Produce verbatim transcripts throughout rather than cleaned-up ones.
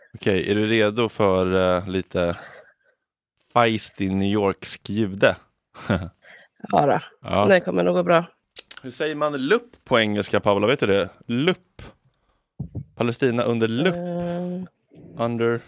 Okej, är du redo för uh, lite feisty New Yorksk jude? Ja då, Ja. det kommer nog gå bra. Hur säger man lupp på engelska, Paula? Vet du det? Lupp. Palestina under lupp. Uh, Under...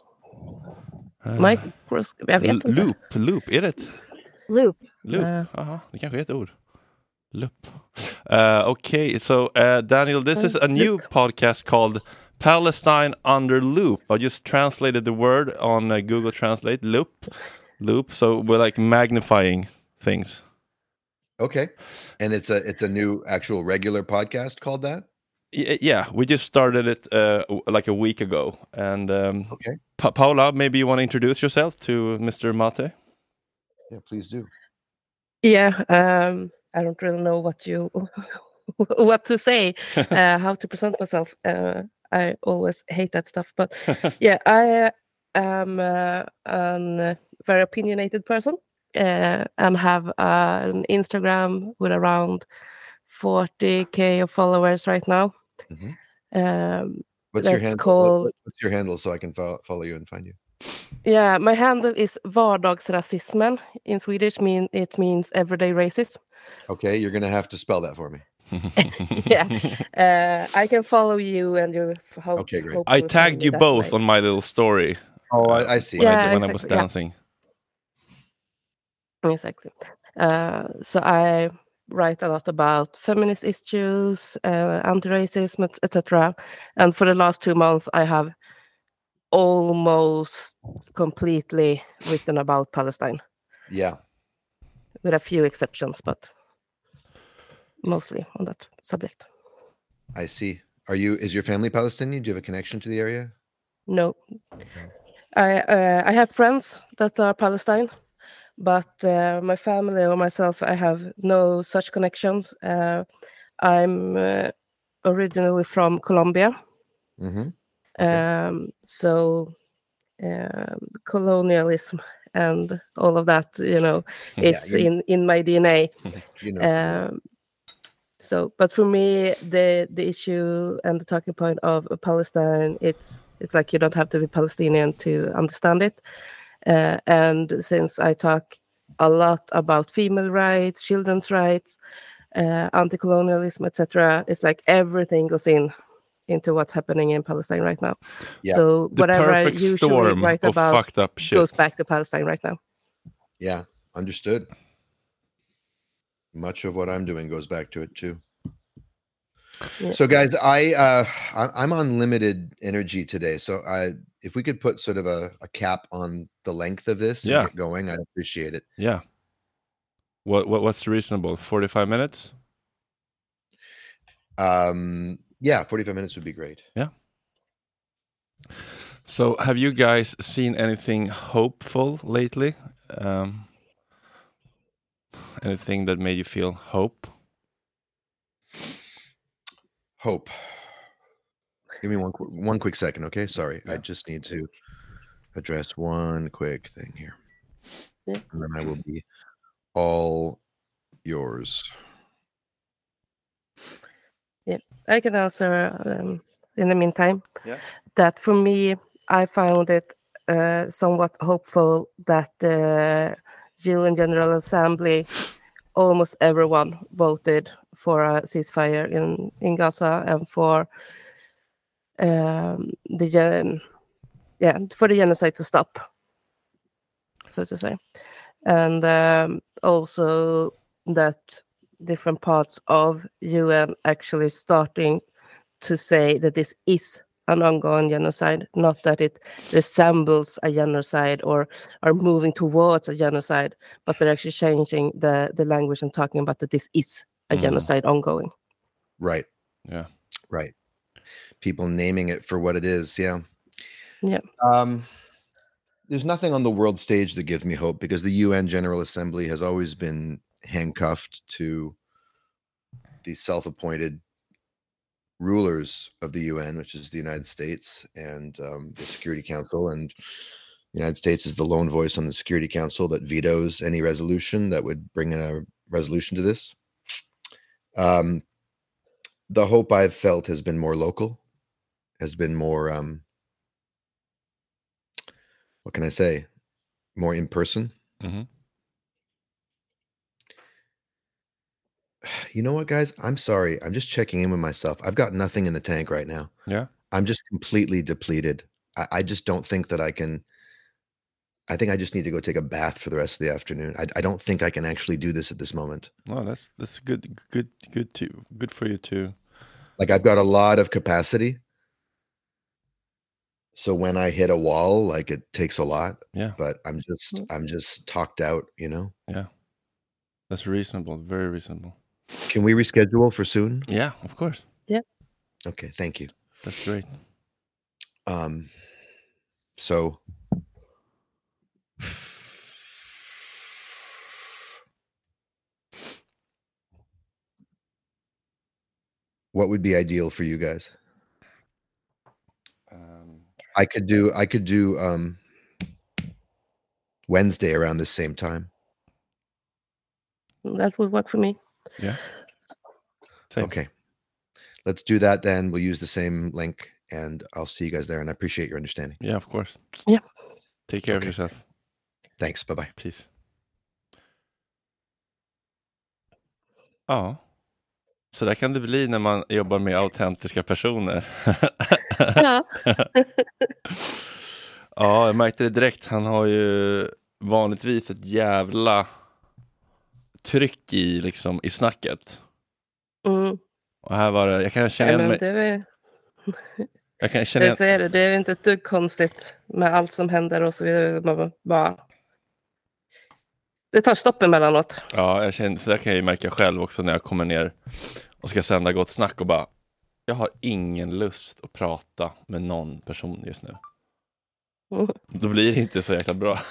Uh, Microscope, jag vet inte. Loop, loop, är det ett... Loop. Loop, Uh. aha, det kanske är ett ord. Loop. Uh, okay, so uh, Daniel, this is a new podcast called Palestine Under Loop. I just translated the word on uh, Google Translate, loop, loop. So we're like magnifying things. Okay, and it's a it's a new actual regular podcast called that. Y- yeah, we just started it uh, like a week ago. And um, okay, pa- Paula, maybe you want to introduce yourself to Mister Mate? Yeah, please do. Yeah, um, I don't really know what you what to say, uh, how to present myself. Uh, I always hate that stuff, but yeah, I am uh, a very opinionated person uh, and have uh, an Instagram with around forty K of followers right now. Mm-hmm. Um, what's your handle? Called... What's your handle so I can fo- follow you and find you? Yeah, my handle is vardagsrasismen. In Swedish, mean it means everyday racism. Okay, you're gonna have to spell that for me. Yeah, uh, I can follow you, and you. Hope, okay, great. I tagged you both way. on my little story. Oh, I, I see. When, yeah, I, when exactly. I was dancing. Yeah. Exactly. Uh, so I write a lot about feminist issues, uh, anti-racism, et cetera. And for the last two months, I have almost completely written about Palestine. Yeah. With a few exceptions, but mostly on that subject. I see. Are you, is your family Palestinian? Do you have a connection to the area? No. I uh, I have friends that are Palestine, but uh, my family or myself, I have no such connections. Uh, I'm uh, originally from Colombia. Mm-hmm. Okay. Um, so uh, colonialism and all of that, you know, is yeah, in, in my D N A. you know. Um, so, but for me, the the issue and the talking point of Palestine, it's it's like you don't have to be Palestinian to understand it. Uh, and since I talk a lot about female rights, children's rights, uh, anti-colonialism, et cetera, it's like everything goes in into what's happening in Palestine right now. Yeah. So the whatever I perfect usually storm write of about fucked up shit. goes back to Palestine right now. Yeah, understood. Much of what I'm doing goes back to it too. Yeah. So guys, I, uh, I I'm on limited energy today. So I, if we could put sort of a, a cap on the length of this and yeah. get going, I'd appreciate it. Yeah. What, what what's reasonable? forty-five minutes? Um yeah, forty-five minutes would be great. Yeah. So have you guys seen anything hopeful lately? Um anything that made you feel hope? Hope. Give me one one quick second, okay? Sorry. Yeah. I just need to address one quick thing here. Yeah. And then I will be all yours. Yeah, I can answer um, in the meantime. Yeah. That for me, I found it uh, somewhat hopeful that the uh, U N General Assembly, almost everyone voted for a ceasefire in, in Gaza and for um, the um, yeah for the genocide to stop, so to say, and um, also that different parts of U N actually starting to say that this is an ongoing genocide, not that it resembles a genocide or are moving towards a genocide, but they're actually changing the, the language and talking about that this is a mm. genocide ongoing. Right. Yeah. Right. People naming it for what it is. Yeah. Yeah. Um, there's nothing on the world stage that gives me hope because the U N General Assembly has always been handcuffed to the self-appointed rulers of the U N, which is the United States and um, the Security Council. And the United States is the lone voice on the Security Council that vetoes any resolution that would bring in a resolution to this. Um, the hope I've felt has been more local, has been more um, what can I say, more in person. Mm-hmm. You know what, guys? I'm sorry. I'm just checking in with myself. I've got nothing in the tank right now. Yeah. I'm just completely depleted. I, I just don't think that I can. I think I just need to go take a bath for the rest of the afternoon. I, I don't think I can actually do this at this moment. Well, that's that's good, good, good too. Good for you too. Like I've got a lot of capacity. So when I hit a wall, like it takes a lot. Yeah. But I'm just I'm just talked out, you know. Yeah. That's reasonable. Very reasonable. Can we reschedule for soon? Yeah, of course. Yeah. Okay, thank you. That's great. Um so what would be ideal for you guys? Um, I could do I could do um Wednesday around the same time. That would work for me. yeah. Same. Okay. Let's do that then. We'll use the same link and I'll see you guys there, and I appreciate your understanding. Yeah, of course. Yeah. Take care Okay. of yourself. Thanks. Bye-bye. Peace. Ja. Så där kan det bli när man jobbar med autentiska personer. Ja. Ja, jag märkte det direkt. Han har ju vanligtvis ett jävla tryck i, liksom, i snacket. Mm. Och här var det, jag kan känna Nej, igen men mig. det är väl- Jag kan känna Jag igen, säger det, det är inte ett dugg konstigt med allt som händer och så vidare. Man bara- bara... Det tar stopp emellanåt. ja, jag känner, så där kan jag ju märka själv också när jag kommer ner och ska sända Gott Snack och bara, jag har ingen lust att prata med någon person just nu. Mm. Då blir det inte så jäkla bra.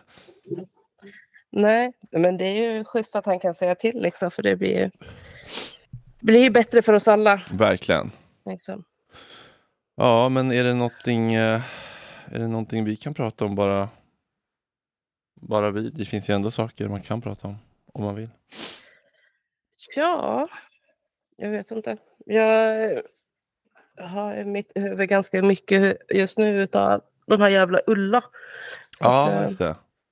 Nej, men det är ju schysst att han kan säga till liksom, för det blir ju blir ju bättre för oss alla. Verkligen. Liksom. Ja, men är det någonting eh, är det någonting vi kan prata om bara bara vi? Det finns ju ändå saker man kan prata om om man vill. Ja, jag vet inte. Jag har i mitt huvud ganska mycket just nu utav de här jävla Ulla. Så Ja, att, just det.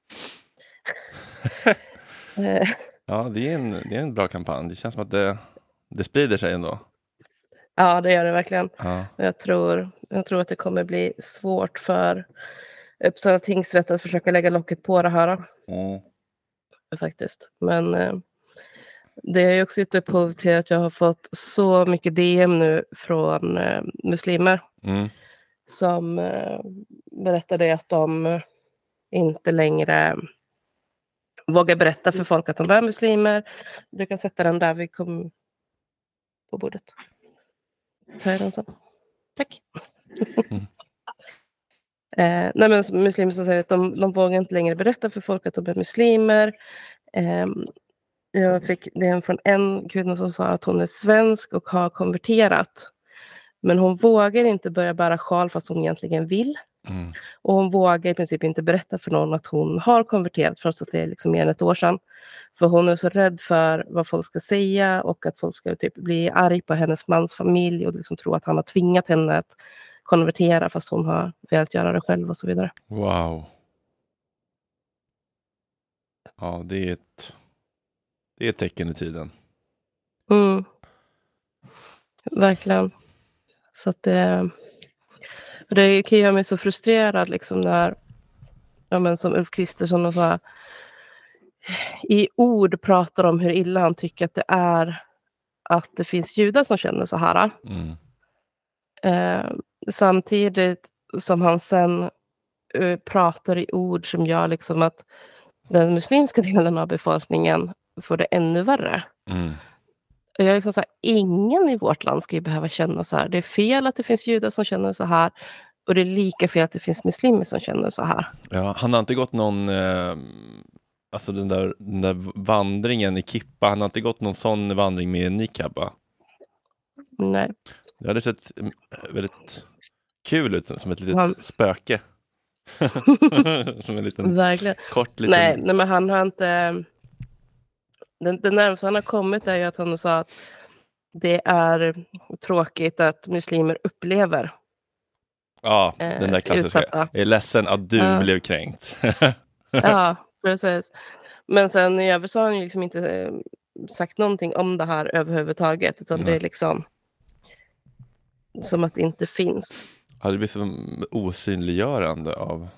eh, Ja, det är en det är en bra kampanj. Det känns som att det det sprider sig ändå. ja, det gör det verkligen. Ja. Jag tror, jag tror att det kommer bli svårt för Uppsala tingsrätt att försöka lägga locket på det här. Mm. Faktiskt. Men eh, det har ju också gett upphov till att jag har fått så mycket D M nu från eh, muslimer Mm. som eh, berättade att de eh, inte längre vågar berätta för folk att de är muslimer. Du kan sätta den där vi kom på bordet. Här är den så. Tack. Mm. eh, nej men muslimer som säger att de, de vågar inte längre berätta för folk att de är muslimer. Eh, jag fick det från en kvinna som sa att hon är svensk och har konverterat. Men hon vågar inte börja bära sjal fast hon egentligen vill. Mm. Och hon vågar i princip inte berätta för någon att hon har konverterat trots att det är liksom mer än ett år sedan. För hon är så rädd för vad folk ska säga och att folk ska typ bli arg på hennes mans familj och liksom tro att han har tvingat henne att konvertera fast hon har velat göra det själv och så vidare. Wow. Ja, det är ett det är ett tecken i tiden. Mm. Verkligen. Så att det, det kan göra mig så frustrerad liksom när, ja men som Ulf Kristersson och så här, i ord pratar om hur illa han tycker att det är att det finns judar som känner så här. Mm. Eh, samtidigt som han sen eh, pratar i ord som gör liksom att den muslimska delen av befolkningen får det ännu värre. Mm. Och jag är liksom så här, ingen i vårt land ska ju behöva känna så här. Det är fel att det finns judar som känner så här. Och det är lika fel att det finns muslimer som känner så här. Ja, han har inte gått någon eh, alltså den där, den där vandringen i Kippa, han har inte gått någon sån vandring med niqab, va? Nej. Det hade sett mm, väldigt kul ut, som ett litet Han- spöke. Som en liten Verkligen. kort liten... Nej, nej, men han har inte... Den, den närmaste han har kommit är ju att han sa att det är tråkigt att muslimer upplever Ja, eh, den där klassiska. utsatta. Jag är ledsen att du Ja. blev kränkt. Ja, precis. Men sen i övrigt så har han ju liksom inte eh, sagt någonting om det här överhuvudtaget. Utan Nej. det är liksom som att det inte finns. Ja, det blir som osynliggörande av...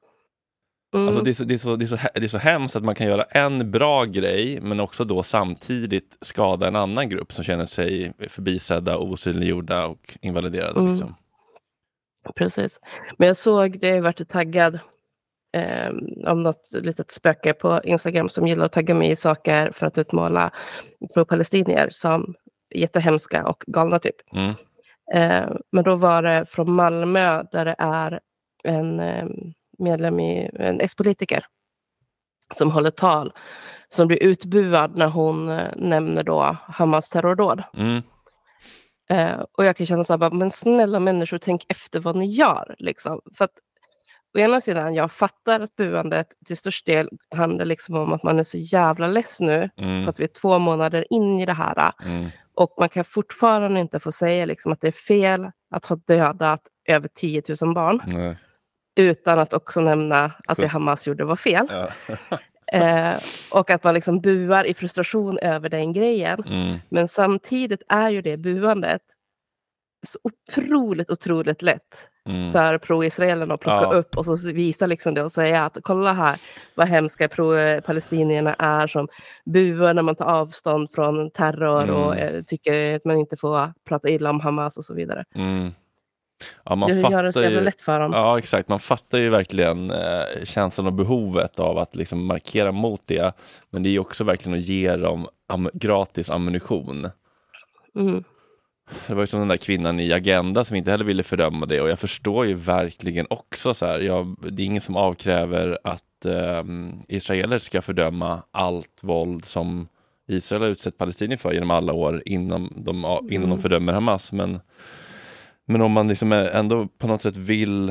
Mm. Alltså det, är så, det, är så, det, är så, hä- det är så hemskt att man kan göra en bra grej men också då samtidigt skada en annan grupp som känner sig förbisedda, osynliggjorda och invaliderade. Mm. Liksom. Precis. Men jag såg, det har varit taggad eh, om något litet spöke på Instagram som gillar att tagga mig i saker för att utmåla pro-palestinier som jättehemska och galna typ. Mm. Eh, men då var det från Malmö där det är en eh, medlem i, en ex-politiker som håller tal som blir utbuad när hon eh, nämner då Hamas terrordåd. Mm. Eh, och jag kan känna så här, bara, men snälla människor, tänk efter vad ni gör. Liksom. För att å ena sidan, jag fattar att buandet till störst del handlar liksom om att man är så jävla less nu. Mm. För att vi är två månader in i det här. Mm. Och man kan fortfarande inte få säga liksom, att det är fel att ha dödat över tio tusen barn. Nej. Utan att också nämna att det Hamas gjorde var fel. Ja. eh, och att man liksom buar i frustration över den grejen. Mm. Men samtidigt är ju det buandet så otroligt, otroligt lätt Mm. för pro-israelerna att plocka Ja. upp och så visa liksom det och säga att kolla här vad hemska pro-palestinierna är som buar när man tar avstånd från terror Mm. och eh, tycker att man inte får prata illa om Hamas och så vidare. Mm. Ja, man Det gör det så fattar jävla ju, lätt för dem. ja, exakt. Man fattar ju verkligen eh, känslan och behovet av att liksom markera mot det. Men det är ju också verkligen att ge dem am- gratis ammunition. Mm. Det var ju som den där kvinnan i Agenda som inte heller ville fördöma det. Och jag förstår ju verkligen också så här. Jag, det är ingen som avkräver att eh, israeler ska fördöma allt våld som Israel har utsett palestinier för genom alla år innan de, innan Mm. de fördömer Hamas. Men Men om man liksom ändå på något sätt vill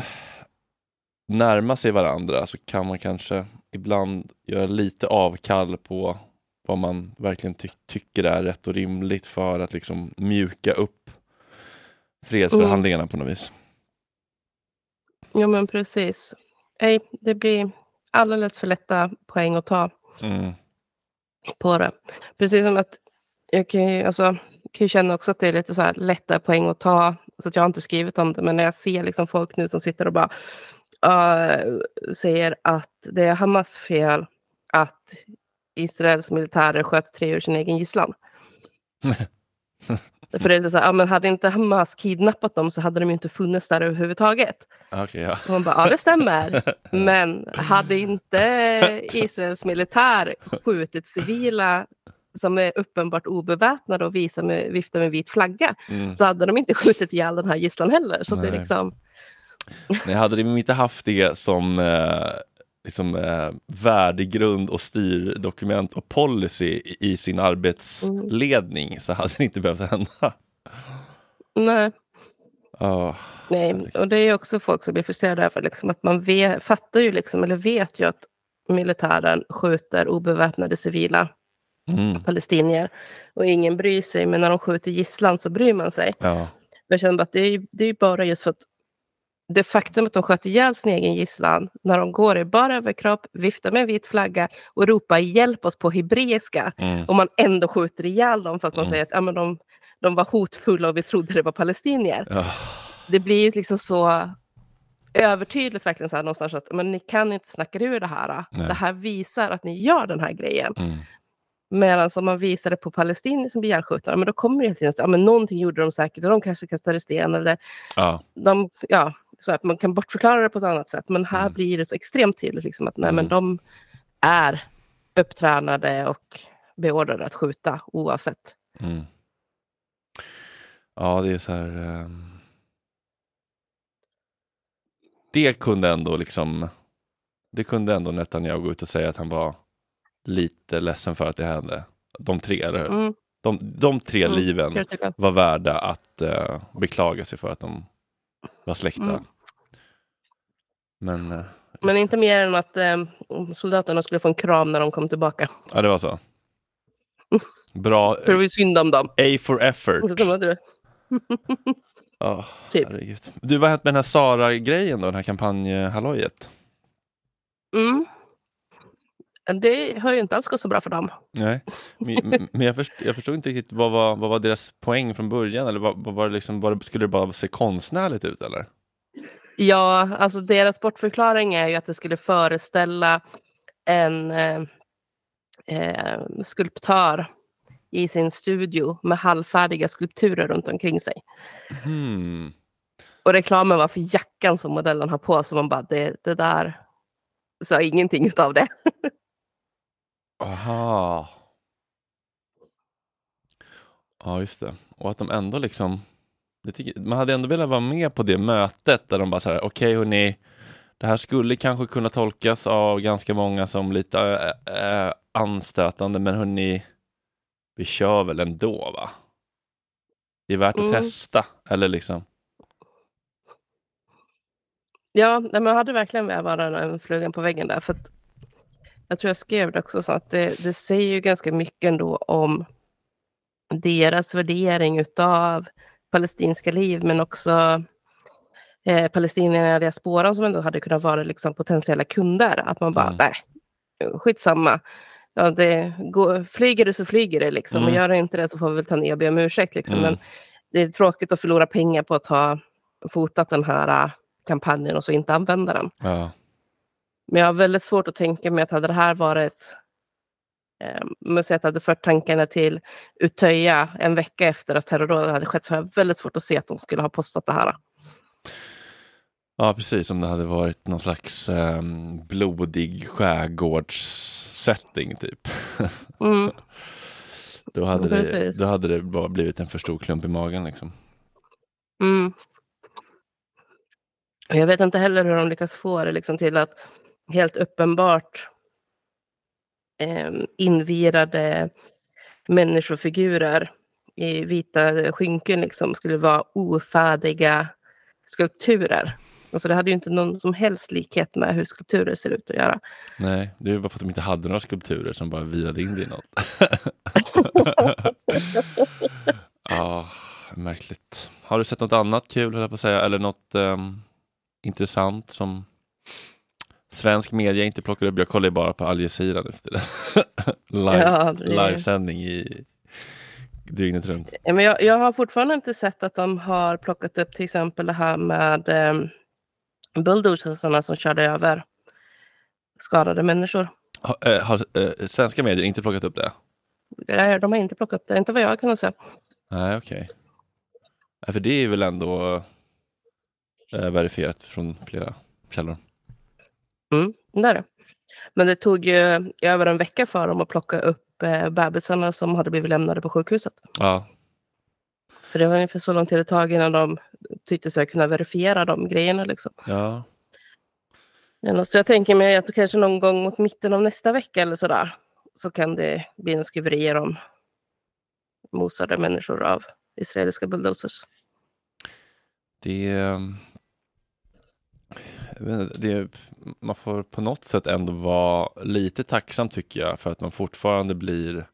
närma sig varandra så kan man kanske ibland göra lite avkall på vad man verkligen ty- tycker är rätt och rimligt för att liksom mjuka upp fredsförhandlingarna mm. på något vis. Ja men precis. Nej, det blir alldeles för lätta poäng att ta Mm. på det. Precis som att jag kan ju, alltså, kan ju känna också att det är lite så här lätta poäng att ta. Så att jag har inte skrivit om det. Men när jag ser liksom folk nu som sitter och bara uh, säger att det är Hamas fel att Israels militärer sköt tre ur sin egen gisslan. För det är så här, ja, men hade inte Hamas kidnappat dem så hade de ju inte funnits där överhuvudtaget. Okay, ja. Och man bara, ja det stämmer. Men hade inte Israels militär skjutit civila som är uppenbart obeväpnade och visar med, viftar med vit flagga mm. så hade de inte skjutit ihjäl den här gisslan heller. Så det är liksom... Nej, hade de inte haft det som eh, liksom, eh, värdegrund och styrdokument och policy i, i sin arbetsledning mm. så hade det inte behövt hända. Nej. Oh, Nej, och det är också folk som blir frustrerade över liksom, att man vet, fattar ju liksom, eller vet ju att militären skjuter obeväpnade civila mm. palestinier och ingen bryr sig, men när de skjuter gisslan så bryr man sig. Ja. Jag känner bara att det är, det är bara just för att det faktum att de sköt ihjäl sin egen gisslan när de går i bara överkropp, viftar med en vit flagga och ropar hjälp oss på hebreiska mm. och man ändå skjuter ihjäl dem för att man mm. säger att ja, men de, de var hotfulla och vi trodde det var palestinier. Oh. Det blir liksom så övertydligt verkligen så här någonstans att men ni kan inte snacka ur det här. Nej. Det här visar att ni gör den här grejen. Mm. Medan om man visar det på palestinier som blir ihjälskjutna, men då kommer det helt ja, men någonting gjorde de säkert, de kanske kastade sten eller ja. de, ja, så att man kan bortförklara det på ett annat sätt. Men här mm. blir det så extremt tydligt liksom att nej, mm. men de är upptränade och beordrade att skjuta oavsett. Mm. Ja, det är så här... Um... Det kunde ändå liksom... Det kunde ändå Netanyahu gå ut och säga att han var lite ledsen för att det hände. De tre, eller mm. de, de tre mm. liven var värda att uh, beklaga sig för att de var släkta. Mm. Men, uh, Men inte mer än att uh, soldaterna skulle få en kram när de kom tillbaka. Ja, det var så. Bra. För det var synd om dem. A for effort. Oh, Typ. herregud. Du, vad har hänt med den här Sara-grejen då, den här kampanjhallojet? Mm. Det har ju inte alls gått så bra för dem. Nej, men, men jag, först, jag förstod inte riktigt vad var, vad var deras poäng från början, eller vad, vad var det liksom, var det, skulle det bara se konstnärligt ut eller? Ja, alltså deras bortförklaring är ju att det skulle föreställa en eh, eh, skulptör i sin studio med halvfärdiga skulpturer runt omkring sig. Hmm. Och reklamen var för jackan som modellen har på, så man bara, det, det där sa ingenting utav det. Aha. Ja, just det. Och att de ändå liksom, det tycker, man hade ändå velat vara med på det mötet där de bara så här, okej okay, hörni, det här skulle kanske kunna tolkas av ganska många som lite äh, äh, anstötande, men hörni, vi kör väl ändå, va? Det är värt att Mm. testa, eller liksom. Ja, men jag hade verkligen velat vara en flugan på väggen där, för att jag tror jag skrev det också, så att det, det säger ju ganska mycket ändå om deras värdering utav palestinska liv, men också eh, palestinierna i diasporan som ändå hade kunnat vara liksom potentiella kunder. Att man bara, Mm. nej, skitsamma. Ja, det går, flyger det så flyger det liksom. Mm. Och gör det inte det så får vi väl ta ner och be om ursäkt liksom. Mm. Men det är tråkigt att förlora pengar på att ha fotat den här uh, kampanjen och så inte använda den. Ja. Men jag har väldigt svårt att tänka mig att hade det här varit um, att jag hade fört tankarna till Utöja en vecka efter att terrordådet hade skett, så har jag väldigt svårt att se att de skulle ha postat det här. Ja, precis, om det hade varit någon slags um, blodig skärgårdssetting typ. Mm. Då hade, det, Precis. då hade det bara blivit en för stor klump i magen liksom. Mm. Och jag vet inte heller hur de lyckas få det liksom till att helt uppenbart eh, invirade människofigurer i vita skynken liksom skulle vara ofärdiga skulpturer. Alltså det hade ju inte någon som helst likhet med hur skulpturer ser ut att göra. Nej, det är bara för att de inte hade några skulpturer som bara virade in det i något. Ja, märkligt. Har du sett något annat kul, höll jag på att säga, eller något um, intressant som svensk media inte plockar upp? Jag kollar ju bara på Al Jazeera nu. Live, Ja, det- Livesändning i dygnet runt. Ja, men jag, jag har fortfarande inte sett att de har plockat upp till exempel det här med eh, bulldozersarna som körde över skadade människor. Ha, äh, har äh, svenska medier inte plockat upp det? Nej, de har inte plockat upp det, inte vad jag kan säga. Nej, okej. Okay. Ja, för det är väl ändå äh, verifierat från flera källor. Mm, det är det. Men det tog ju över en vecka för dem att plocka upp eh, bebisarna som hade blivit lämnade på sjukhuset. Ja. För det var ungefär så lång tid det tog innan de tyckte sig kunna verifiera de grejerna liksom. Ja. Ja, så jag tänker mig att kanske någon gång mot mitten av nästa vecka eller sådär så kan det bli en skriverier om mosade människor av israeliska bulldozers. Det är, det är, man får på något sätt ändå vara lite tacksam tycker jag, för att man fortfarande blir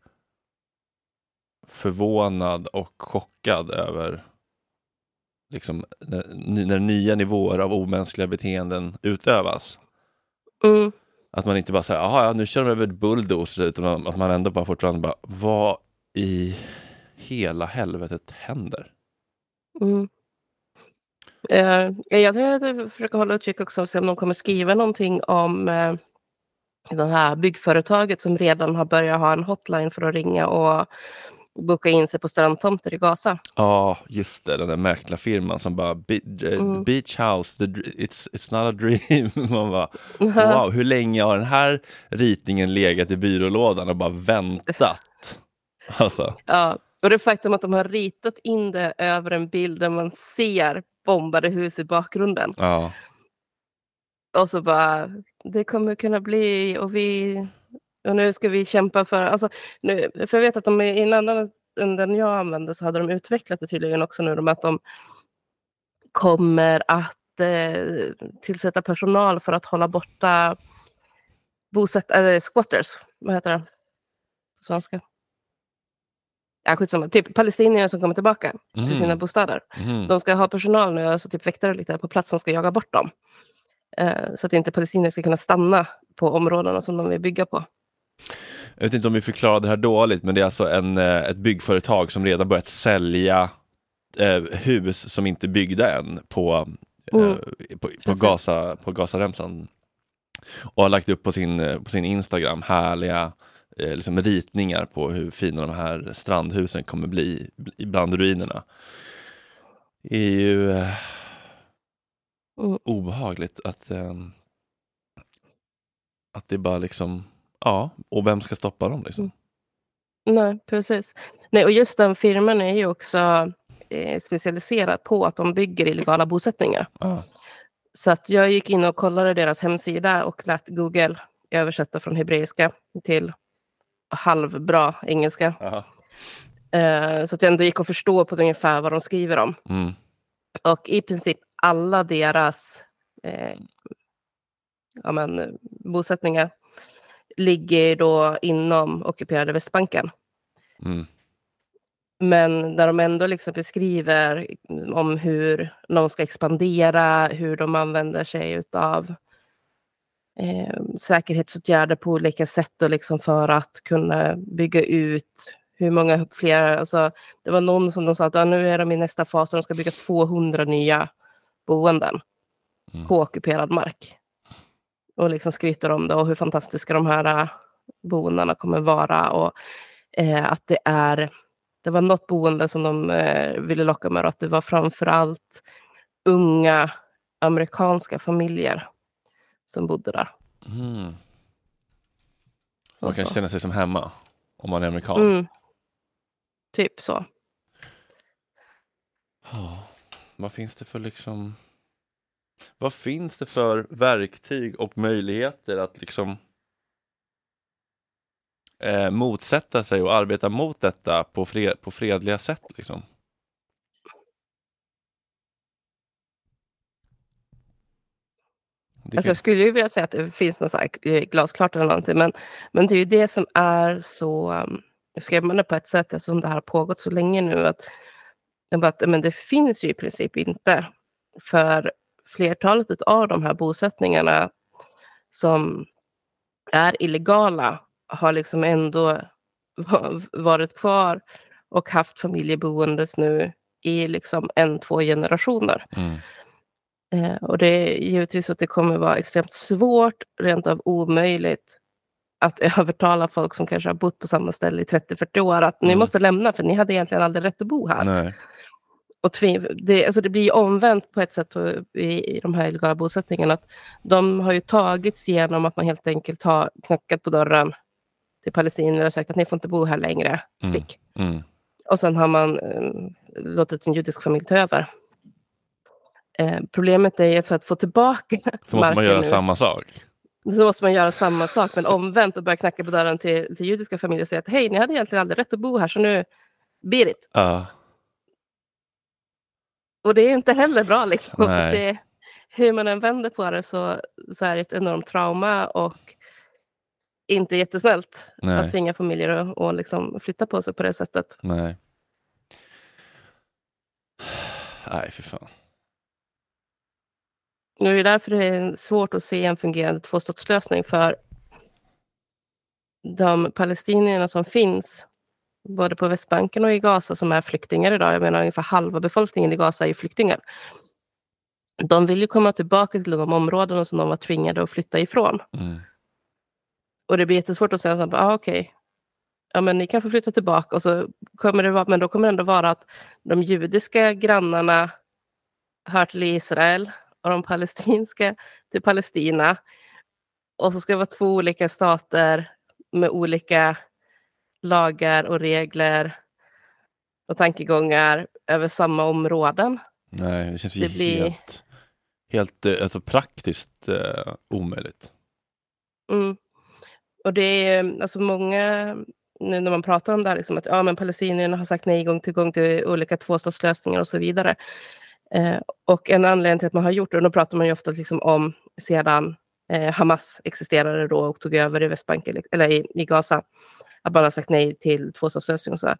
förvånad och chockad över liksom när, när nya nivåer av omänskliga beteenden utövas. Mm. Att man inte bara säger, jaha, nu kör de över ett bulldozer, utan att man ändå bara fortfarande bara, vad i hela helvetet händer? Mm. Uh, jag tänkte försöka hålla utkik också och se om de kommer skriva någonting om uh, det här byggföretaget som redan har börjat ha en hotline för att ringa och boka in sig på strandtomter i Gaza. Ja, just det, den där mäklarfirman som bara Be- Mm. Beach House, the, it's, it's not a dream. Man bara, wow, hur länge har den här ritningen legat i byrålådan och bara väntat? Alltså. Ja, och det faktum att de har ritat in det över en bild där man ser bombade hus i bakgrunden. Ja. Och så bara, det kommer kunna bli, och vi och nu ska vi kämpa för, alltså nu, för jag vet att de i en annan än den jag använde så hade de utvecklat det tydligen också nu, att de kommer att eh, tillsätta personal för att hålla borta bosätt, eller squatters, vad heter det på svenska? ja, skitsamma, typ palestinier som kommer tillbaka Mm. till sina bostäder. Mm. De ska ha personal nu, alltså typ väktare lite på plats som ska jaga bort dem. Eh, så att inte palestinier ska kunna stanna på områdena som de vill bygga på. Jag vet inte om vi förklarar det här dåligt, men det är alltså en, eh, ett byggföretag som redan börjat sälja eh, hus som inte är byggda än på, eh, Mm. på, på, Precis. Gaza, på Gazaremsan. Och har lagt upp på sin, eh, på sin Instagram härliga eh, liksom ritningar på hur fina de här strandhusen kommer bli bland ruinerna. Det är ju eh, Mm. obehagligt att, eh, att det bara liksom, ja, och vem ska stoppa dem liksom? Mm. Nej, precis. Nej, och just den firman är ju också eh, specialiserad på att de bygger illegala bosättningar. Ja. Så att jag gick in och kollade deras hemsida och lät Google översätta från hebreiska till halvbra engelska. Aha. Eh, så att jag ändå gick och förstå på ungefär vad de skriver om. Mm. Och i princip alla deras eh, ja, men, bosättningar ligger då inom ockuperade Västbanken. Mm. Men där de ändå liksom beskriver om hur de ska expandera, hur de använder sig av eh, säkerhetsåtgärder på olika sätt och liksom för att kunna bygga ut hur många fler, alltså det var någon som de sa att ja, nu är de i nästa fas och de ska bygga tvåhundra nya boenden Mm. på ockuperad mark. Och liksom skryter om det och hur fantastiska de här uh, boendena kommer vara och eh, att det är det var något boende som de eh, ville locka med att det var framförallt unga amerikanska familjer som bodde där. Mm. Man Och kan så. känna sig som hemma om man är amerikan. Mm. Typ så. Ja, vad finns det för liksom vad finns det för verktyg och möjligheter att liksom eh, motsätta sig och arbeta mot detta på, fred, på fredliga sätt liksom? Det Alltså kan... jag skulle ju vilja säga att det finns något så här glasklart eller någonting, men, men det är ju det som är så um, skrämmande på ett sätt eftersom det här har pågått så länge nu att, att men det finns ju i princip inte, för flertalet av de här bosättningarna som är illegala har liksom ändå varit kvar och haft familjeboendes nu i liksom en, två generationer. Mm. Eh, och det är givetvis att det kommer vara extremt svårt, rent av omöjligt, att övertala folk som kanske har bott på samma ställe i trettio fyrtio år att Mm. ni måste lämna för ni hade egentligen aldrig rätt att bo här. Nej. Och tvi- det, alltså det blir ju omvänt på ett sätt på, i, i de här illegala bosättningarna. Att de har ju tagits genom att man helt enkelt har knackat på dörren till palestinier och sagt att ni får inte bo här längre, stick. Mm. Mm. Och sen har man eh, låtit en judisk familj ta över. Eh, problemet är för att få tillbaka Så måste man göra nu, samma sak. så måste man göra samma sak, men omvänt och börja knacka på dörren till, till judiska familjer och säga att hej, ni hade egentligen aldrig rätt att bo här, så nu, beat it. Ja. Och det är inte heller bra liksom. För Nej. det, hur man än vänder på det så, så är det ett enormt trauma och inte jättesnällt Nej. att tvinga familjer att och liksom flytta på sig på det sättet. Nej. Nej, för fan. Och det är därför det är svårt att se en fungerande tvåstatslösning, för de palestinierna som finns både på Västbanken och i Gaza som är flyktingar idag, jag menar ungefär halva befolkningen i Gaza är ju flyktingar. De vill ju komma tillbaka till de områdena som de var tvingade att flytta ifrån. Mm. Och det blir jättesvårt att säga så här, ah, okej, okay. Ja, men ni kan få flytta tillbaka, och så kommer det vara, men då kommer det ändå vara att de judiska grannarna hör till Israel och de palestinska till Palestina, och så ska det vara två olika stater med olika lagar och regler och tankegångar över samma områden. Nej, det känns ju Det blir- helt, helt eh, alltså praktiskt eh, omöjligt. Mm. Och det är alltså många, nu när man pratar om det här, liksom att ja, men palestinierna har sagt nej gång till gång till olika tvåstatslösningar och så vidare. Eh, och en anledning till att man har gjort det, och då pratar man ju ofta liksom om sedan eh, Hamas existerade då och tog över i Västbanken, eller i, i Gaza, att man har sagt nej till tvåstatslösningar och så här.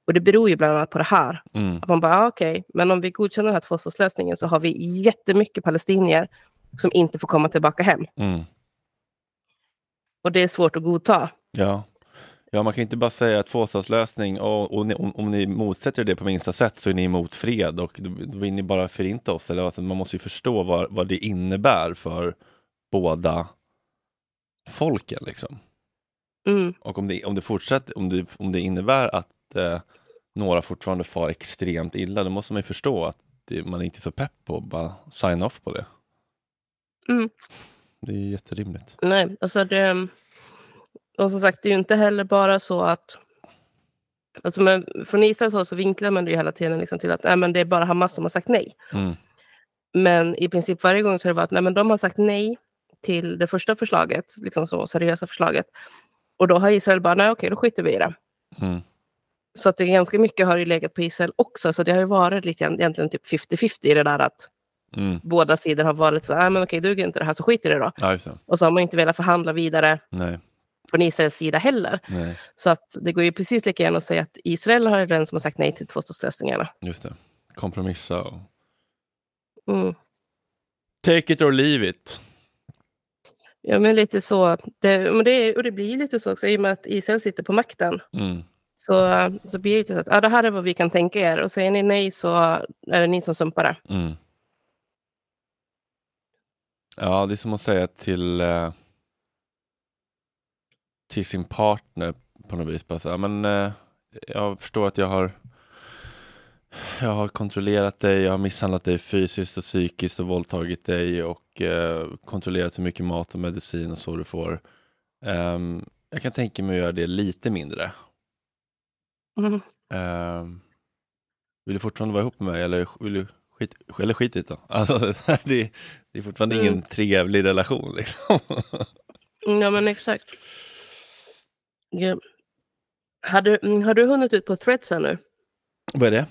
Och det beror ju bland annat på det här. Mm. Att man bara, ah, okej, okay, men om vi godkänner den här tvåstatslösningen så har vi jättemycket palestinier som inte får komma tillbaka hem. Mm. Och det är svårt att godta. Ja. Ja, man kan inte bara säga att tvåstatslösning och, och om, om ni motsätter det på minsta sätt så är ni emot fred och då, då vill ni bara förinta oss. Eller, alltså, man måste ju förstå vad, vad det innebär för båda folken liksom. Mm. Och om det, om det fortsätter, om det, om det innebär att eh, några fortfarande far extremt illa, då måste man ju förstå att det, man är inte är så pepp på att bara sign off på det. Mm. Det är jätterimligt. Nej, alltså det... Och som sagt, det är ju inte heller bara så att... Alltså men från Israels håll så vinklar man det ju hela tiden liksom till att nej, men det är bara Hamas som har sagt nej. Mm. Men i princip varje gång så har det varit nej, men de har sagt nej till det första förslaget, liksom så seriösa förslaget. Och då har Israel bara, nej okej, då skiter vi i det. Mm. Så att det ganska mycket har ju legat på Israel också. Så det har ju varit lite, egentligen typ femtio femtio i det där att Mm. båda sidor har varit så nej men okej, duger inte det här så skiter det då. Ja, just det. Och så har man inte velat förhandla vidare. Nej. Från Israels sida heller. Nej. Så att det går ju precis lika gärna att säga att Israel har den som har sagt nej till tvåstatslösningarna. Just det. Kompromissa och... Mm. Take it or leave it. Ja, men lite så. Det, men det, och det blir lite så också i och med att Israel sitter på makten. Mm. Så, så blir det så att ja, det här är vad vi kan tänka er. Och säger ni nej så är det ni som sumpar det. Mm. Ja, det är som att säga till... Eh... till sin partner på något vis. Bara så, ja, men, eh, jag förstår att jag har jag har kontrollerat dig, jag har misshandlat dig fysiskt och psykiskt och våldtagit dig och eh, kontrollerat hur mycket mat och medicin och så du får. Um, jag kan tänka mig att göra det lite mindre. Mm. Um, vill du fortfarande vara ihop med mig eller vill du skit, eller skit ut då? Alltså, det, det är fortfarande Mm. ingen trevlig relation liksom. Ja, men exakt. Ja. Har, du, har du hunnit ut på Threads nu? Vad är det?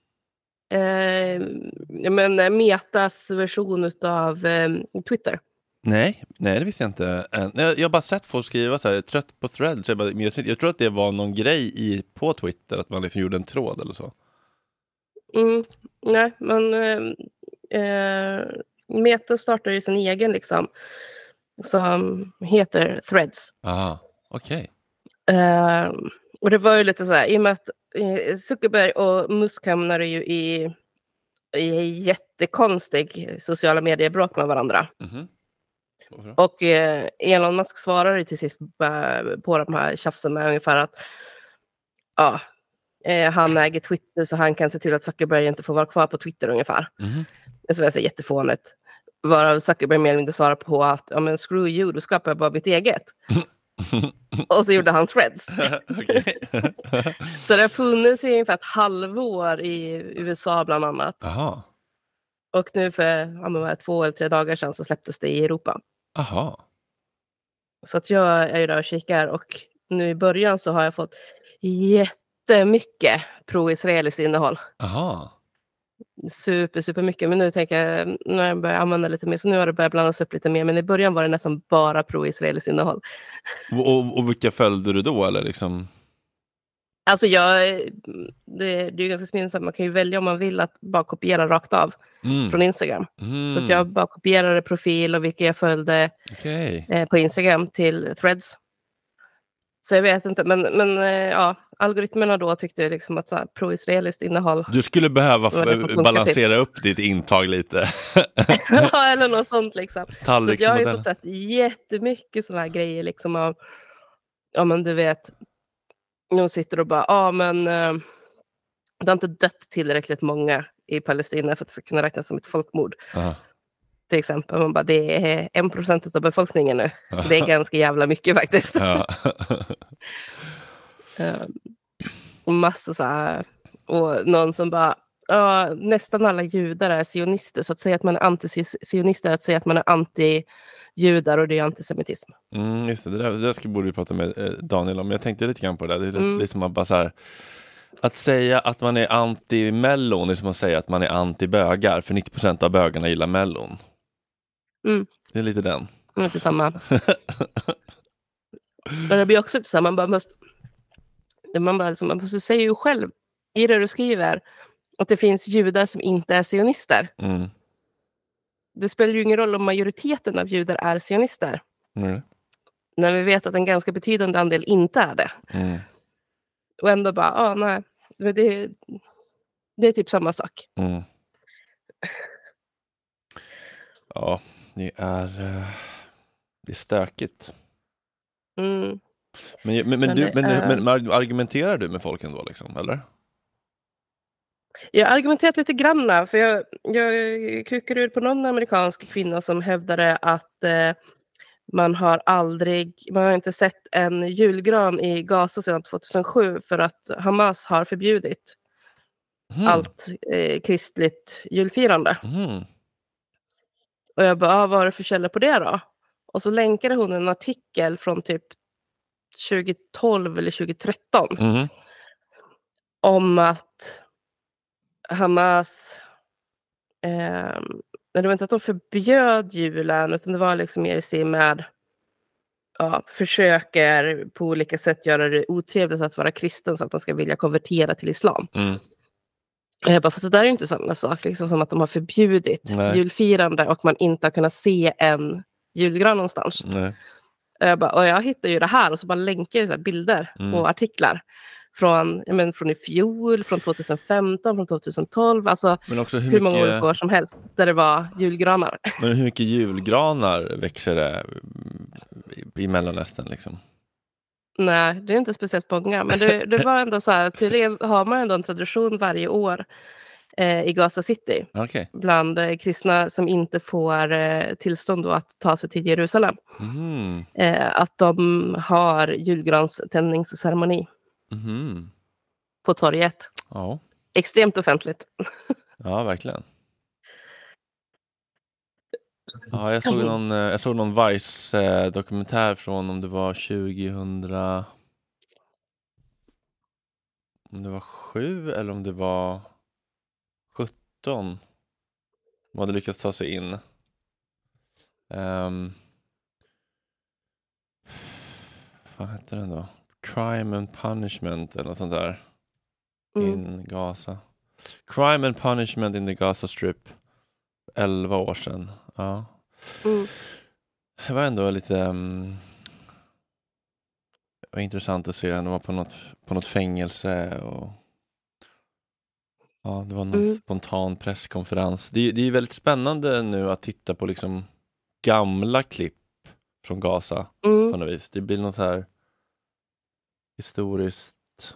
Eh, men Metas version av eh, Twitter. Nej, nej det visste jag inte. Jag har bara sett folk skriva så här, jag är trött på Threads. Jag, bara, men jag, jag tror att det var någon grej i, på Twitter, att man liksom gjorde en tråd eller så. Mm, nej, men eh, Meta startar ju sin egen liksom, som heter Threads. Aha, okej. Okay. Eh, och det var ju lite så här, i och med att eh, Zuckerberg och Musk hamnade ju i, i jättekonstig sociala mediebråk med varandra. Mm-hmm. Och eh, Elon Musk svarade till sist på de här tjafsen med ungefär att ja, eh, han äger Twitter så han kan se till att Zuckerberg inte får vara kvar på Twitter ungefär. Mm-hmm. Det är så jättefånigt. Varav Zuckerberg mer eller mindre svarar på att ja, men screw you, då skapar jag bara mitt eget. Och så gjorde han Threads. Så det har funnits i ungefär ett halvår i U S A bland annat. Aha. Och nu för ja, men, två eller tre dagar sedan så släpptes det i Europa. Aha. Så att jag är ju där och kikar och nu i början så har jag fått jättemycket pro-israeliskt innehåll. Aha. Super, super mycket. Men nu tänker jag, nu har jag börjat använda lite mer, så nu har det börjat blandas upp lite mer. Men i början var det nästan bara pro-israeliskt innehåll. Och, och, och vilka följde du då eller liksom? Alltså jag, det, det är ju ganska smidigt att man kan ju välja om man vill att bara kopiera rakt av Mm. från Instagram. Mm. Så att jag bara kopierade profil och vilka jag följde Okay. eh, på Instagram till Threads. Så jag vet inte, men, men eh, ja, algoritmerna då tyckte liksom att så här, pro-israeliskt innehåll. Du skulle behöva f- balansera upp ditt intag lite. Ja, eller något sånt liksom. Så att jag har ju Tallriksmodell. fått sett jättemycket sådana här grejer liksom av, ja men du vet, de sitter och bara, ja men eh, det har inte dött tillräckligt många i Palestina för att det ska kunna räknas som ett folkmord. Aha. Till exempel, man bara, det är en procent av befolkningen nu. Det är ganska jävla mycket faktiskt. Ja. um, och massor så här. Och någon som bara, ja, nästan alla judar är sionister. Så att säga att man är anti-sionister är att säga att man är anti-judar och det är antisemitism. Mm, just det, det där, det där ska, borde vi prata med eh, Daniel om. Jag tänkte lite grann på det där. Det är Mm. lite som att bara så här, att säga att man är anti-mellon är som att säga att man är anti-bögar. För nittio procent av bögarna gillar mellon. Mm. Det är lite den. Det är inte samma. Men det blir också inte så här, man bara måste, man bara liksom, man måste säga ju själv i det du skriver att det finns judar som inte är sionister. Mm. Det spelar ju ingen roll om majoriteten av judar är sionister. Mm. När vi vet att en ganska betydande andel inte är det. Mm. Och ändå bara, ah, nej, men det, det är typ samma sak. Mm. Ja, det är, eh, det är stökigt. Mm. Men, men, men, Men du, det men, är- men, men argumenterar du med folk ändå liksom, eller? Jag har argumenterat lite grann, för jag, jag kukar ur på någon amerikansk kvinna som hävdade att eh, man har aldrig, man har inte sett en julgran i Gaza sedan tjugohundrasju för att Hamas har förbjudit Mm. allt eh, kristligt julfirande. Mm. Och jag bara, ah, vad är det för källor på det då? Och så länkade hon en artikel från typ tjugotolv eller tjugotretton Mm. om att Hamas, eh, det var inte att de förbjöd julen, utan det var liksom mer i sig med, ja, försöker på olika sätt göra det otrevligt att vara kristen så att man ska vilja konvertera till islam. Mm. Och jag bara, fast det där är ju inte samma sak, liksom som att de har förbjudit Nej. julfirande och man inte har kunnat se en julgran någonstans. Nej. Och jag, bara, och jag hittar ju det här och så bara länkar jag så här bilder Mm. och artiklar från, jag men, från i fjol, från tjugofemton, från tjugotolv, alltså Men också hur, hur många mycket, olika år som helst där det var julgranar. men hur mycket julgranar växer det i, i Mellanöstern liksom? Nej, det är inte speciellt många, men det, det var ändå så här, tydligen har man ändå en tradition varje år eh, i Gaza City Okej. bland eh, kristna som inte får eh, tillstånd då att ta sig till Jerusalem. Mm. Eh, att de har julgranständningsceremoni Mm. på torget. Ja. Extremt offentligt. Ja, verkligen. Ja, jag såg någon, eh, jag såg någon Vice-dokumentär från om det var tjugohundra, om det var sju eller om det var sjutton. De hade lyckats ta sig in. Um, vad heter den då? Crime and Punishment eller något sånt där. Mm. In Gaza. Crime and Punishment in the Gaza Strip. elva år sedan. Ja. Mm. Det var ändå lite um, det var intressant att se. De var på något, på något fängelse och ja, det var någon Mm. spontan presskonferens. Det, det är väldigt spännande nu att titta på liksom gamla klipp från Gaza Mm. på något vis. Det blir något här historiskt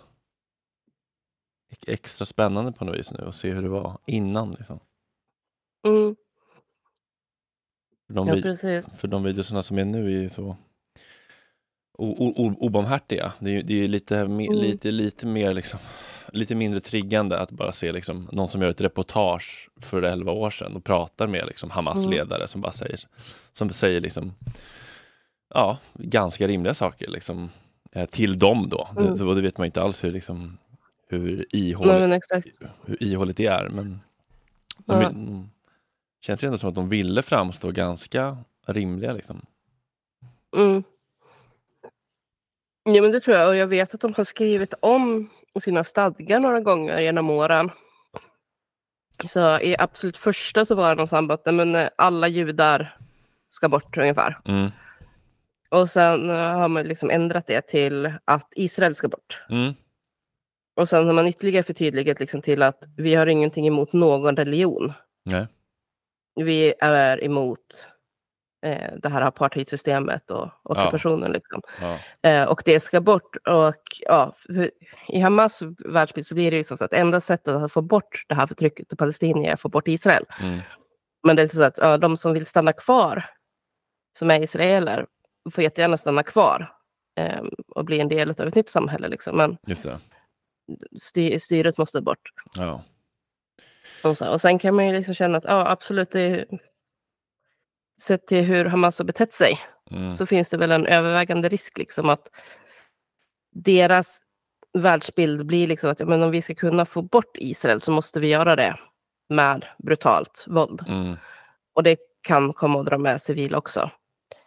extra spännande på något vis nu att se hur det var innan liksom. Mm. För de, Ja, vi, precis. för de videorna som är nu är ju så o- o- o- obarmhärtiga. Det är ju det är lite, me- Mm. lite, lite mer liksom, lite mindre triggande att bara se liksom någon som gör ett reportage för elva år sedan och pratar med liksom Hamas Mm. ledare som bara säger som säger liksom ja, ganska rimliga saker liksom eh, till dem då. Mm. Det, och det vet man ju inte alls hur liksom hur Nej, ihåligt, men exakt. hur ihåligt det är, men de Ja. vill, mm, känns ju ändå som att de ville framstå ganska rimliga liksom. Mm. Ja, men det tror jag. Och jag vet att de har skrivit om sina stadgar några gånger genom åren. Så i absolut första så var det någon samband att men, eh, alla judar ska bort ungefär. Mm. Och sen eh, har man liksom ändrat det till att Israel ska bort. Mm. Och sen har man ytterligare förtydligat liksom till att vi har ingenting emot någon religion. Nej. Vi är emot eh, det här apartheidsystemet och ockupationen. Liksom. Ja. Eh, och det ska bort. Och ja, för, i Hamas världsbild så blir det ju så att enda sättet att få bort det här förtrycket av palestinier är att få bort Israel. Mm. Men det är så att ja, de som vill stanna kvar, som är israeler, får jättegärna stanna kvar eh, och bli en del av ett nytt samhälle. Liksom. Men Just det. styr, styret måste bort. Ja. Och, så, och sen kan man ju liksom känna att ja, absolut, det är, sett till hur Hamas har betett sig, Mm. så finns det väl en övervägande risk liksom att deras världsbild blir liksom att ja, men om vi ska kunna få bort Israel så måste vi göra det med brutalt våld. Mm. Och det kan komma att dra med civila också.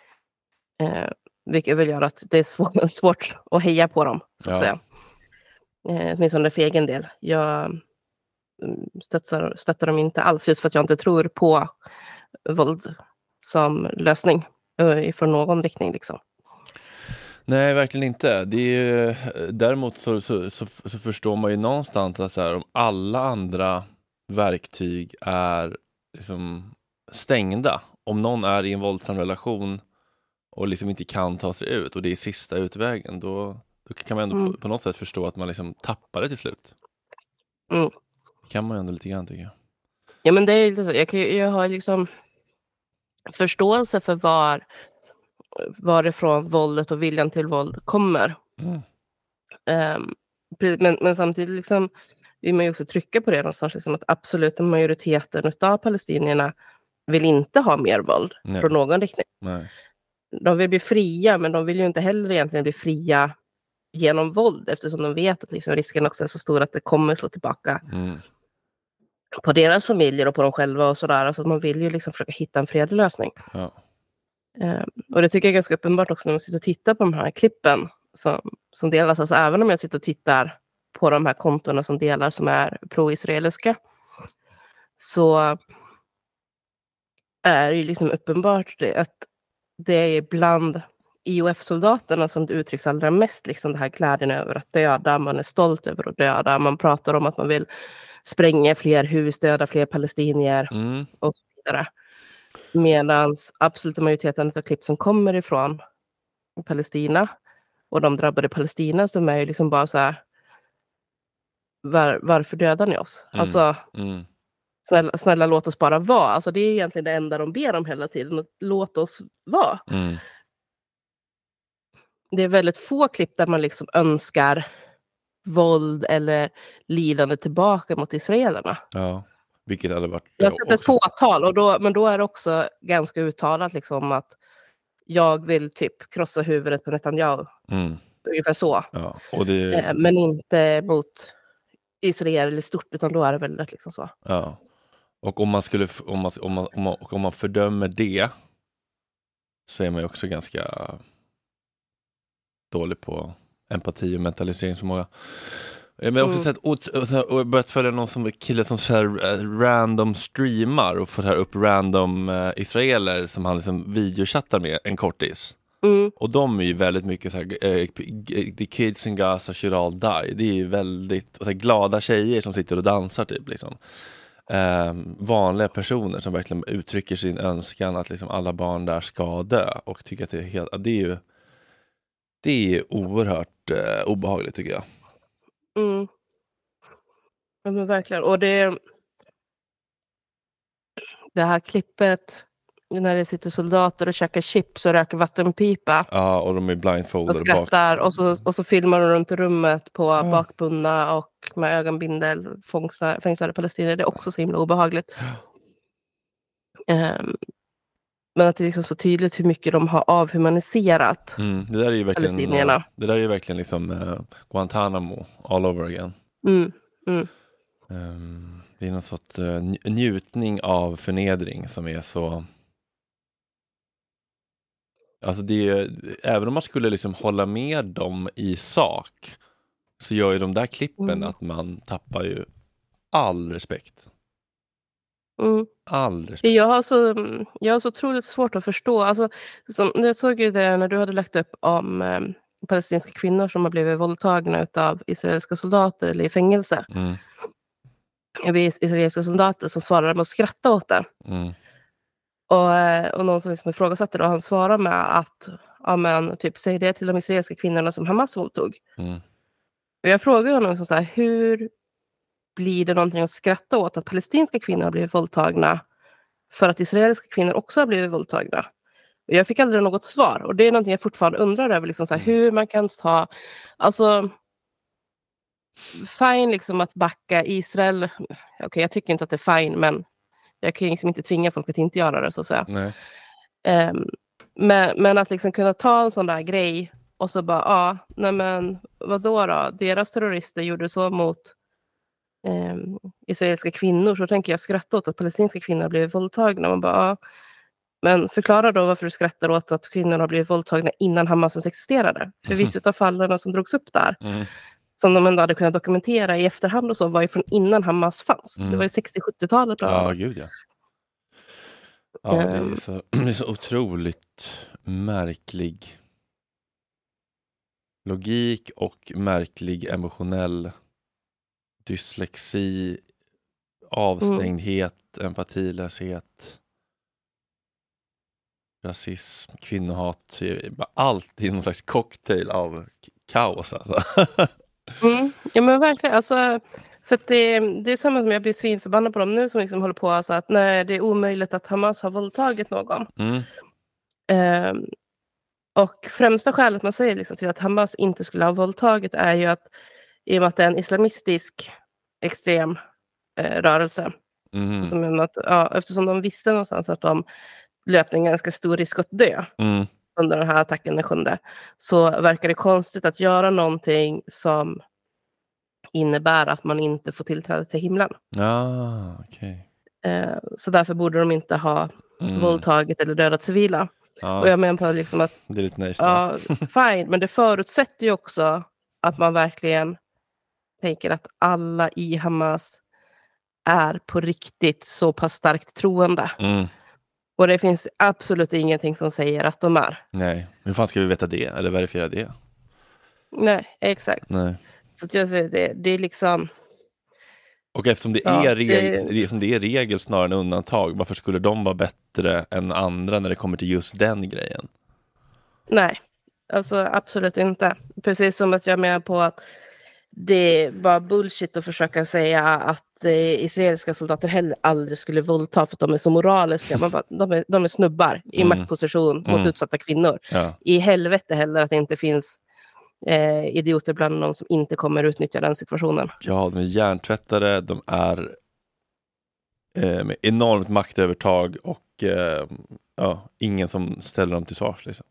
Eh, vilket vill göra att det är svår, svårt att heja på dem, så att Ja. säga. Eh, åtminstone för egen del. Jag mm, stöttar, stöttar dem inte alls just för att jag inte tror på våld som lösning eh, ifrån någon riktning liksom. Nej, verkligen inte. Det är ju, däremot så, så, så, så förstår man ju någonstans att så här, om alla andra verktyg är liksom stängda, om någon är i en våldsam relation och liksom inte kan ta sig ut och det är sista utvägen, då, då kan man ändå Mm. på, på något sätt förstå att man liksom tappar det till slut. Mm. Det kan man ju ändå lite grann, tycker jag. Ja, men det är lite så. Jag, kan, ju- jag har liksom förståelse för var varifrån våldet och viljan till våld kommer. Mm. Ehm, pre- men, men samtidigt liksom vill man ju också trycka på det någonstans, liksom, att absoluta majoriteten av palestinierna vill inte ha mer våld Nej. från någon riktning. Nej. De vill bli fria, men de vill ju inte heller egentligen bli fria genom våld, eftersom de vet att liksom risken också är så stor att det kommer slå tillbaka Mm. på deras familjer och på dem själva och sådär. Alltså att man vill ju liksom försöka hitta en fredlig lösning. Ja. Ehm, och det tycker jag är ganska uppenbart också när man sitter och tittar på de här klippen som, som delas. Alltså även om jag sitter och tittar på de här kontona som delar som är pro-israeliska, så är det ju liksom uppenbart det, att det är bland I O F-soldaterna som det uttrycks allra mest, liksom det här glädjen över att döda, man är stolt över att döda, man pratar om att man vill spränga fler hus, döda fler palestinier Mm. och så vidare. Medan absoluta majoriteten av klipp som kommer ifrån Palestina och de drabbade Palestina, som är ju liksom bara så här, var, varför dödar ni oss? Mm. Alltså, Mm. snälla, snälla låt oss bara vara. Alltså det är egentligen det enda de ber om hela tiden, att låt oss vara. Mm. Det är väldigt få klipp där man liksom önskar våld eller lidande tillbaka mot israelerna. Ja, vilket hade varit... Jag har sett ett också- fåtal, och då, men då är det också ganska uttalat liksom att jag vill typ krossa huvudet på Netanyahu. Mm. Ungefär så. Ja, och det... Eh, Men inte mot Israel i stort, utan då är det väldigt liksom så. Ja. Och om man skulle f- om man, om man, om man, och om man fördömer det, så är man ju också ganska dålig på empati och mentaliseringsförmåga. Men jag har också Mm. sett och, och, så här- och jag börjat följa någon som kille som så här, eh, random streamar och får här upp random eh, israeler som han liksom videochattar med en kortis. Mm. Och de är ju väldigt mycket så här, eh, g- the kids in Gaza should all die. Det är ju väldigt och så här, glada tjejer som sitter och dansar typ liksom. Eh, vanliga personer som verkligen uttrycker sin önskan att liksom alla barn där ska dö och tycker att det är helt, det är ju det är oerhört eh, obehagligt, tycker jag. Mm. Ja, men verkligen. Och det, det här klippet när det sitter soldater och käkar chips och röker vattenpipa Ja, och de är och blindfolded och bak. skrattar, och så, och så filmar de runt i rummet på Ja. bakbundna och med ögonbindel fångsla- fängslade palestinier. Det är också så himla obehagligt. Ehm, men att det är liksom så tydligt hur mycket de har avhumaniserat. Mm, det där är ju verkligen Palestinierna. det där är ju verkligen liksom eh, Guantanamo all over again. Mm. Mm. Ehm, det är någon sorts eh, nj- njutning av förnedring som är så. Alltså det är, även om man skulle liksom hålla med dem i sak, så gör ju de där klippen Mm. att man tappar ju all respekt. Mm. All respekt. Jag har så, jag har så otroligt svårt att förstå. Alltså, som, jag såg ju det när du hade lagt upp om eh, palestinska kvinnor som har blivit våldtagna av israeliska soldater eller i fängelse. Mm, Det var is- israeliska soldater som svarade med att skratta åt det. mm, Och, eh, och någon som liksom ifrågasatte det, och han svarade med att ja, men, typ, säg det till de israeliska kvinnorna som Hamas våldtog. mm, Och jag frågade honom så, så här, hur blir det någonting att skratta åt att palestinska kvinnor har blivit våldtagna för att israeliska kvinnor också har blivit våldtagna? Och jag fick aldrig något svar, och det är någonting jag fortfarande undrar över, liksom, så här, hur man kan ta, alltså fine liksom att backa Israel. Okej, okay, jag tycker inte att det är fine, men jag kan liksom inte tvinga folk att inte göra det, så att säga. nej. Um, men, men att liksom kunna ta en sån där grej och så bara, ja, nej men vadå då? Deras terrorister gjorde så mot um, israeliska kvinnor, så tänker jag skratta åt att palestinska kvinnor har blivit våldtagna. Man bara, ja, men förklara då varför du skrattar åt att kvinnor har blivit våldtagna innan Hamas existerade. För Mhm. vissa av fallen som drogs upp där, Mm, som de ändå hade kunnat dokumentera i efterhand och så var ju från innan Hamas fanns. Mm. Det var ju sextio-sjuttiotalet bland Ja, annat. gud ja. Ja, det är Ehm. så, det är så otroligt märklig logik och märklig emotionell dyslexi, avstängdhet, empatilöshet, rasism, kvinnohat, allt i någon slags cocktail av k- kaos alltså. Mm. Ja men verkligen, alltså, för att det, det är samma som jag blir svinförbannad på dem nu som liksom håller på alltså, att nej, det är omöjligt att Hamas har våldtagit någon. Mm. Ehm, och främsta skälet man säger liksom till att Hamas inte skulle ha våldtagit är ju att i och med att det är en islamistisk extrem eh, rörelse. Mm. Som är att, ja, eftersom de visste någonstans att de löpte en ganska stor risk att dö Mm. under den här attacken den sjunde, så verkar det konstigt att göra någonting som innebär att man inte får tillträde till himlen. Ah, okej. Eh, så därför borde de inte ha Mm. våldtagit eller dödat civila. Ja, Och jag menar på liksom att, det är lite nice. ja, fine, men det förutsätter ju också att man verkligen tänker att alla i Hamas är på riktigt så pass starkt troende. Mm. Och det finns absolut ingenting som säger att de är. Nej, hur fan ska vi veta det? Eller verifiera det? Nej, exakt. Nej. Så att jag säger det, det är liksom... Och eftersom det, Ja, är regel, det- eftersom det är regel snarare än undantag, varför skulle de vara bättre än andra när det kommer till just den grejen? Nej, alltså absolut inte. Precis som att jag menar på att det är bara bullshit att försöka säga att eh, israeliska soldater heller aldrig skulle våldta för att de är så moraliska. Man bara, de, är, de är snubbar i Mm. maktposition mot Mm. utsatta kvinnor. Ja, I helvete heller att det inte finns eh, idioter bland dem som inte kommer utnyttja den situationen. ja, de är hjärntvättade, de är eh, med enormt maktövertag och eh, ja, ingen som ställer dem till svars. Liksom.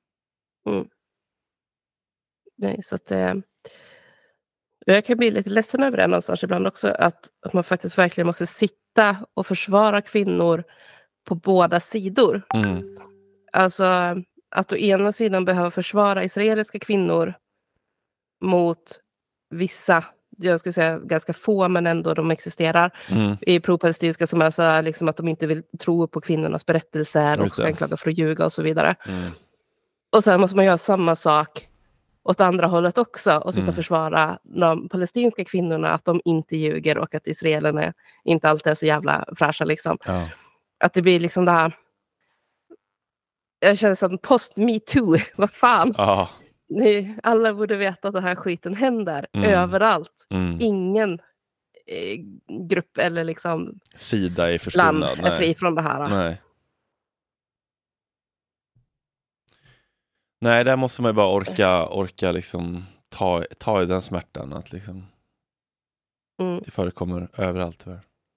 Nej, så att, eh, jag kan bli lite ledsen över det någonstans ibland också, att, att man faktiskt verkligen måste sitta och försvara kvinnor på båda sidor. Mm. Alltså att å ena sidan behöva försvara israeliska kvinnor mot vissa, jag skulle säga ganska få, men ändå de existerar, Mm. i pro-palestinska som är så här, liksom att de inte vill tro på kvinnornas berättelser och Just ska det. anklaga för att ljuga och så vidare. Mm. Och sen måste man göra samma sak åt andra hållet också och sitta Mm. och försvara de palestinska kvinnorna, att de inte ljuger och att israelerna inte alltid är så jävla fräscha liksom. Ja. Att det blir liksom det här, jag känner som post me too, vad fan. Ja. Ni, alla borde veta att den här skiten händer Mm. överallt. Mm. Ingen eh, grupp eller liksom Sida är land förskonad. är fri Nej. från det här. Nej. Nej, där måste man ju bara orka, orka liksom ta, ta i den smärtan. Att liksom, Mm. det förekommer överallt tyvärr.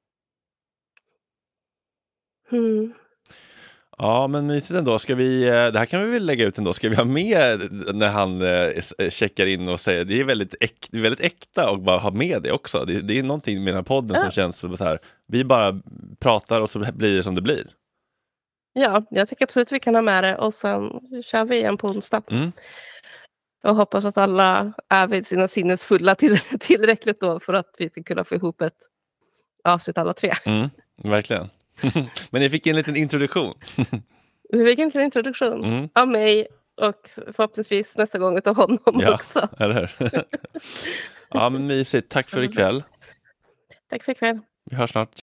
Mm. Ja, men mysigt ändå. Ska vi, eh, det här kan vi väl lägga ut ändå. Ska vi ha med när han eh, s- eh, checkar in och säger det är väldigt, äk, det är väldigt äkta och bara ha med det också. Det, det är någonting med den här podden som Ja. känns som så här. Vi bara pratar och så blir det som det blir. Ja, jag tycker absolut vi kan ha med det och sen kör vi igen på onsdag. Mm. Jag hoppas att alla är vid sina sinnes fulla till, tillräckligt då för att vi ska kunna få ihop ett avsnitt alla tre. Mm, verkligen. Men ni fick en liten introduktion. Vi fick en liten introduktion Mm. av mig och förhoppningsvis nästa gång av honom Ja. också. Eller hur? Ja, men mysigt. Tack för ikväll. Tack för ikväll. Vi hörs snart.